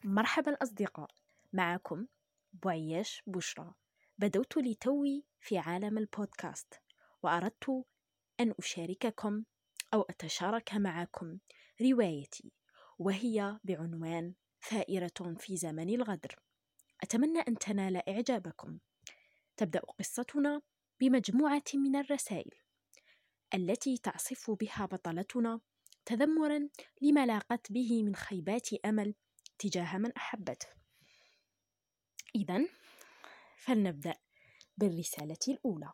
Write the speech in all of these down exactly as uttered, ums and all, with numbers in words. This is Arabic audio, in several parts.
مرحبا أصدقاء، معكم بوعياش بشرى. بدوت لتوي في عالم البودكاست، وأردت أن أشارككم أو أتشارك معكم روايتي، وهي بعنوان ثائرة في زمن الغدر. أتمنى أن تنال إعجابكم. تبدأ قصتنا بمجموعة من الرسائل التي تعصف بها بطلتنا تذمرا لما لاقت به من خيبات أمل تجاه من أحبته. إذن فلنبدأ بالرسالة الأولى.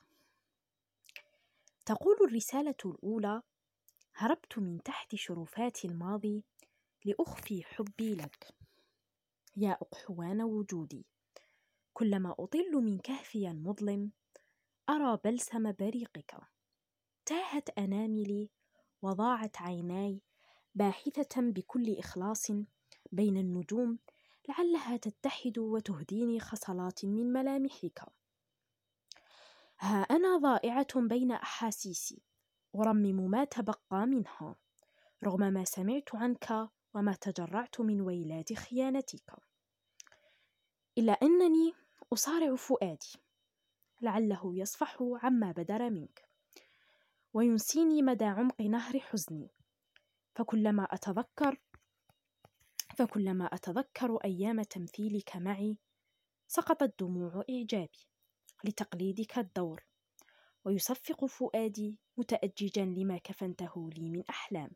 تقول الرسالة الأولى: هربت من تحت شرفات الماضي لأخفي حبي لك، يا أقحوان وجودي. كلما أطل من كهفي المظلم أرى بلسم بريقك. تاهت أناملي وضاعت عيناي باحثة بكل إخلاص بين النجوم، لعلها تتحد وتهديني خصلات من ملامحك. ها أنا ضائعة بين أحاسيسي أرمم ما تبقى منها، رغم ما سمعت عنك وما تجرعت من ويلات خيانتك. إلا أنني أصارع فؤادي لعله يصفح عما بدر منك، وينسيني مدى عمق نهر حزني. فكلما أتذكر فكلما أتذكر أيام تمثيلك معي سقطت دموع إعجابي لتقليدك الدور، ويصفق فؤادي متأججا لما كفنته لي من أحلام.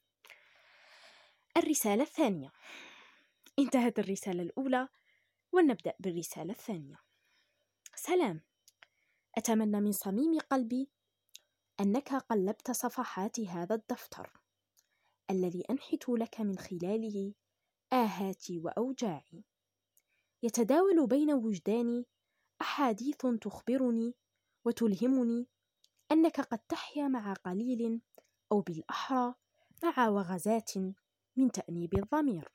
الرسالة الثانية. انتهت الرسالة الأولى ولنبدأ بالرسالة الثانية. سلام، أتمنى من صميم قلبي أنك قلبت صفحات هذا الدفتر الذي أنحت لك من خلاله آهاتي وأوجاعي. يتداول بين وجداني أحاديث تخبرني وتلهمني أنك قد تحيا مع قليل، أو بالأحرى مع وغزات من تأنيب الضمير.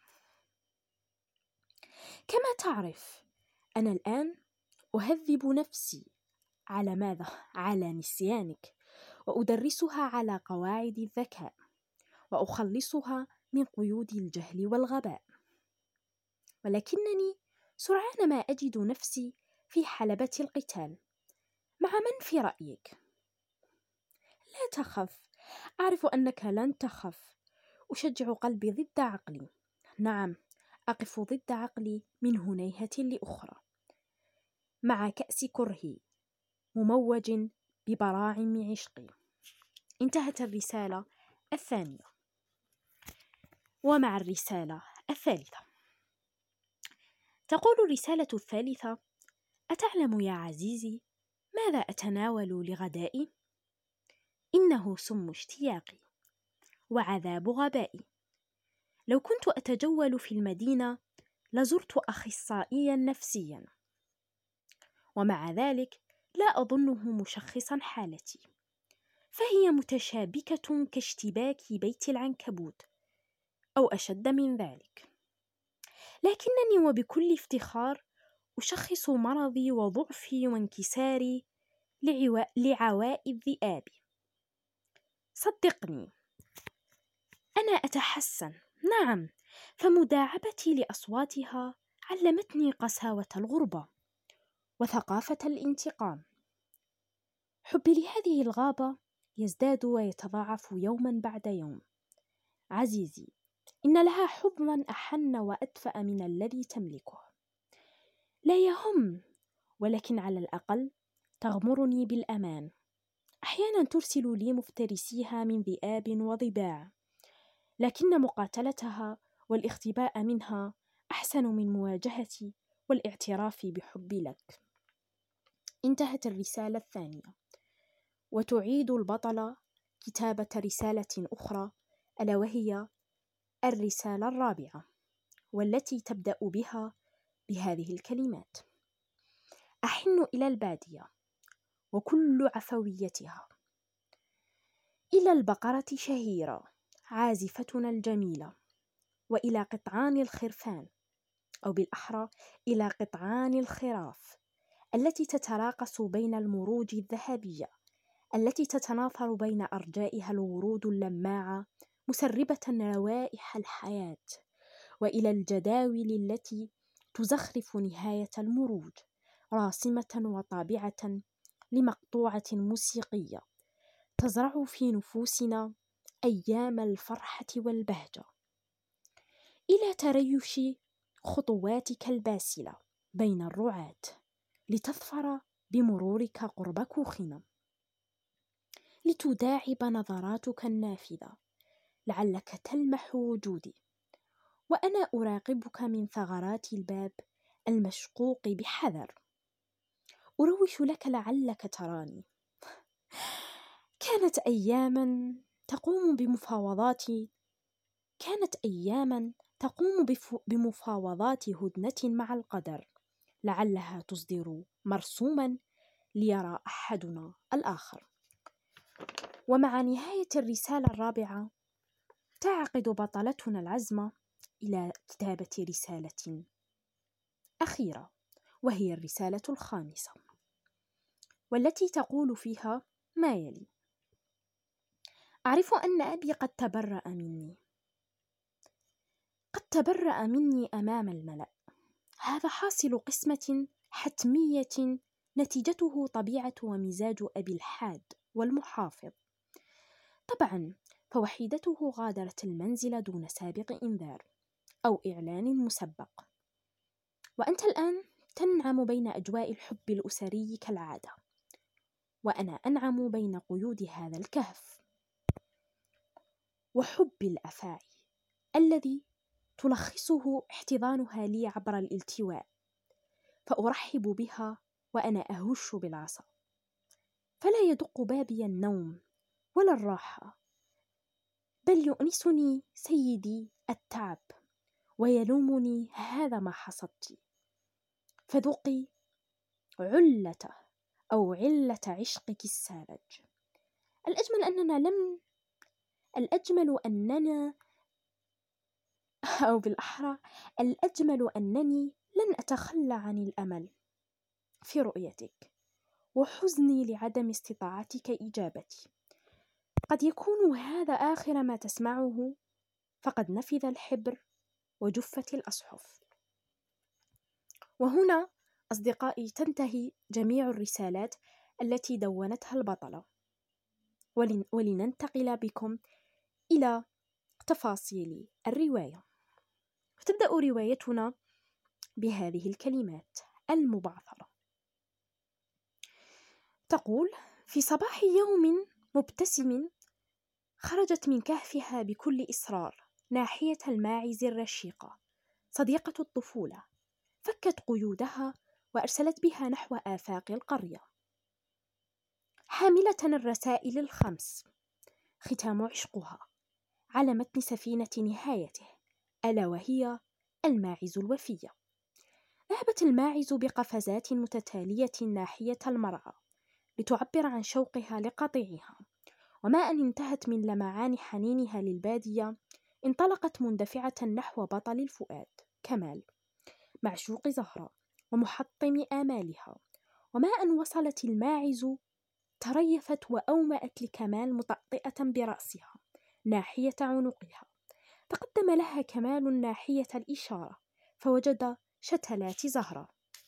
كما تعرف، أنا الآن أهذب نفسي على ماذا؟ على نسيانك، وأدرسها على قواعد الذكاء، وأخلصها من قيود الجهل والغباء. ولكنني سرعان ما أجد نفسي في حلبة القتال مع من في رأيك؟ لا تخف، أعرف أنك لن تخف. أشجع قلبي ضد عقلي، نعم، أقف ضد عقلي من هنيهة لأخرى، مع كأس كرهي مموج ببراعم عشقي. انتهت الرسالة الثانية. ومع الرسالة الثالثة. تقول الرسالة الثالثة: أتعلم يا عزيزي ماذا أتناول لغدائي؟ إنه سم اشتياقي وعذاب غبائي. لو كنت أتجول في المدينة لزرت أخصائيا نفسيا، ومع ذلك لا أظنه مشخصا حالتي، فهي متشابكة كاشتباك بيت العنكبوت أو أشد من ذلك. لكنني وبكل افتخار أشخص مرضي وضعفي وانكساري لعوا... لعواء الذئاب. صدقني، أنا أتحسن، نعم، فمداعبتي لأصواتها علمتني قساوة الغربة وثقافة الانتقام. حبي لهذه الغابة يزداد ويتضاعف يوما بعد يوم. عزيزي، إن لها حضنا أحن وأدفأ من الذي تملكه. لا يهم، ولكن على الأقل تغمرني بالأمان. أحيانا ترسل لي مفترسيها من ذئاب وضباع، لكن مقاتلتها والاختباء منها أحسن من مواجهتي والاعتراف بحبي لك. انتهت الرسالة الثانية. وتعيد البطلة كتابة رسالة أخرى، ألا وهي الرسالة الرابعة، والتي تبدأ بها بهذه الكلمات: أحن إلى البادية وكل عفويتها، إلى البقرة شهيرة عازفتنا الجميلة، وإلى قطعان الخرفان، أو بالأحرى إلى قطعان الخراف التي تتراقص بين المروج الذهبية، التي تتناثر بين أرجائها الورود اللماعة مسربة روائح الحياة، وإلى الجداول التي تزخرف نهاية المروج، راسمة وطابعة لمقطوعة موسيقية تزرع في نفوسنا أيام الفرحة والبهجة، إلى تريش خطواتك الباسلة بين الرعاة لتظفر بمرورك قرب كوخنا، لتداعب نظراتك النافذة لعلك تلمح وجودي وأنا أراقبك من ثغرات الباب المشقوق بحذر، أروش لك لعلك تراني. كانت أياما تقوم بمفاوضات كانت أياما تقوم بف... بمفاوضات هدنة مع القدر، لعلها تصدر مرسوما ليرى أحدنا الآخر. ومع نهاية الرسالة الرابعة تعقد بطلتنا العزم إلى كتابة رسالة أخيرة، وهي الرسالة الخامسة، والتي تقول فيها ما يلي: أعرف أن أبي قد تبرأ مني قد تبرأ مني أمام الملأ. هذا حاصل قسمة حتمية نتيجته طبيعة ومزاج أبي الحاد والمحافظ. طبعا فوحيدته غادرت المنزل دون سابق إنذار أو إعلان مسبق، وأنت الآن تنعم بين أجواء الحب الأسري كالعادة، وأنا أنعم بين قيود هذا الكهف وحب الأفاعي الذي تلخصه احتضانها لي عبر الالتواء، فأرحب بها وأنا أهش بالعصا، فلا يدق بابي النوم ولا الراحة، بل يؤنسني سيدي التعب ويلومني هذا ما حصدت، فذوقي علة أو علة عشقك الساذج. الأجمل أننا لم الأجمل أننا أو بالأحرى الأجمل أنني لن أتخلى عن الأمل في رؤيتك وحزني لعدم استطاعتك إجابتي. قد يكون هذا آخر ما تسمعه، فقد نفذ الحبر وجفت الأصحف. وهنا أصدقائي تنتهي جميع الرسالات التي دونتها البطلة، ولن ولننتقل بكم إلى تفاصيل الرواية. تبدأ روايتنا بهذه الكلمات المبعثرة. تقول: في صباح يوم مبتسم خرجت من كهفها بكل إصرار ناحية الماعز الرشيقة صديقة الطفولة، فكت قيودها وأرسلت بها نحو آفاق القرية، حاملة الرسائل الخمس، ختام عشقها على متن سفينة نهايته، ألا وهي الماعز الوفية. ذهبت الماعز بقفزات متتالية ناحية المرعى لتعبر عن شوقها لقطيعها، وما أن انتهت من لمعان حنينها للبادية انطلقت مندفعة نحو بطل الفؤاد كمال، معشوق زهرة ومحطم آمالها. وما أن وصلت الماعز تريفت وأومأت لكمال مطأطئة برأسها ناحية عنقها، تقدم لها كمال ناحية الإشارة فوجد شتلات زهرة،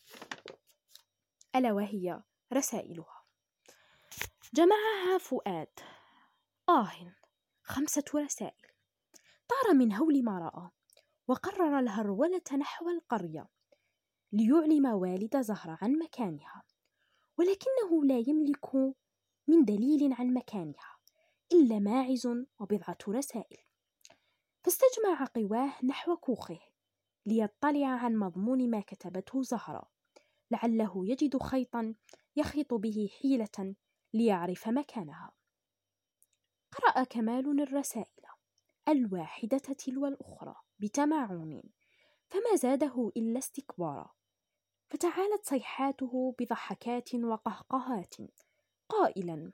ألا وهي رسائلها. جمعها فؤاد، آه خمسة رسائل. طار من هول ما رأى وقرر الهرولة نحو القرية ليعلم والد زهرة عن مكانها، ولكنه لا يملك من دليل عن مكانها إلا ماعز وبضعة رسائل، فاستجمع قواه نحو كوخه ليطلع عن مضمون ما كتبته زهرة، لعله يجد خيطا يخيط به حيلة ليعرف مكانها. قرأ كمال الرسائل الواحدة تلو الأخرى بتمعن، فما زاده إلا استكبارا، فتعالت صيحاته بضحكات وقهقهات قائلا: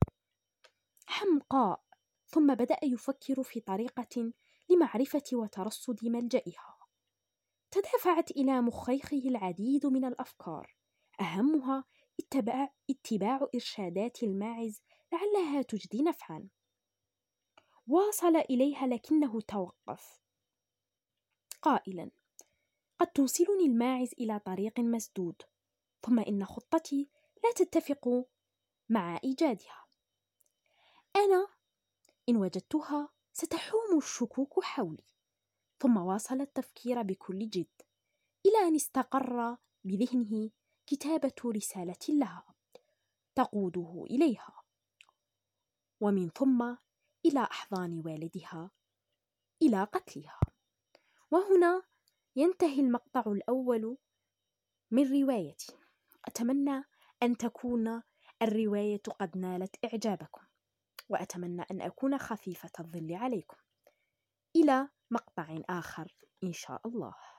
حمقاء. ثم بدأ يفكر في طريقة لمعرفة وترصد ملجئها. تدافعت إلى مخيخه العديد من الأفكار، أهمها اتباع, اتباع إرشادات الماعز لعلها تجدي نفعا. واصل إليها لكنه توقف، قائلا: قد توصلني الماعز إلى طريق مسدود، ثم إن خطتي لا تتفق مع إيجادها. أنا إن وجدتها ستحوم الشكوك حولي. ثم واصل التفكير بكل جد إلى أن استقر بذهنه كتابة رسالة لها تقوده إليها، ومن ثم إلى أحضان والدها، إلى قتلها. وهنا ينتهي المقطع الأول من روايتي. أتمنى أن تكون الرواية قد نالت إعجابكم، وأتمنى أن أكون خفيفة الظل عليكم. إلى مقطع آخر إن شاء الله.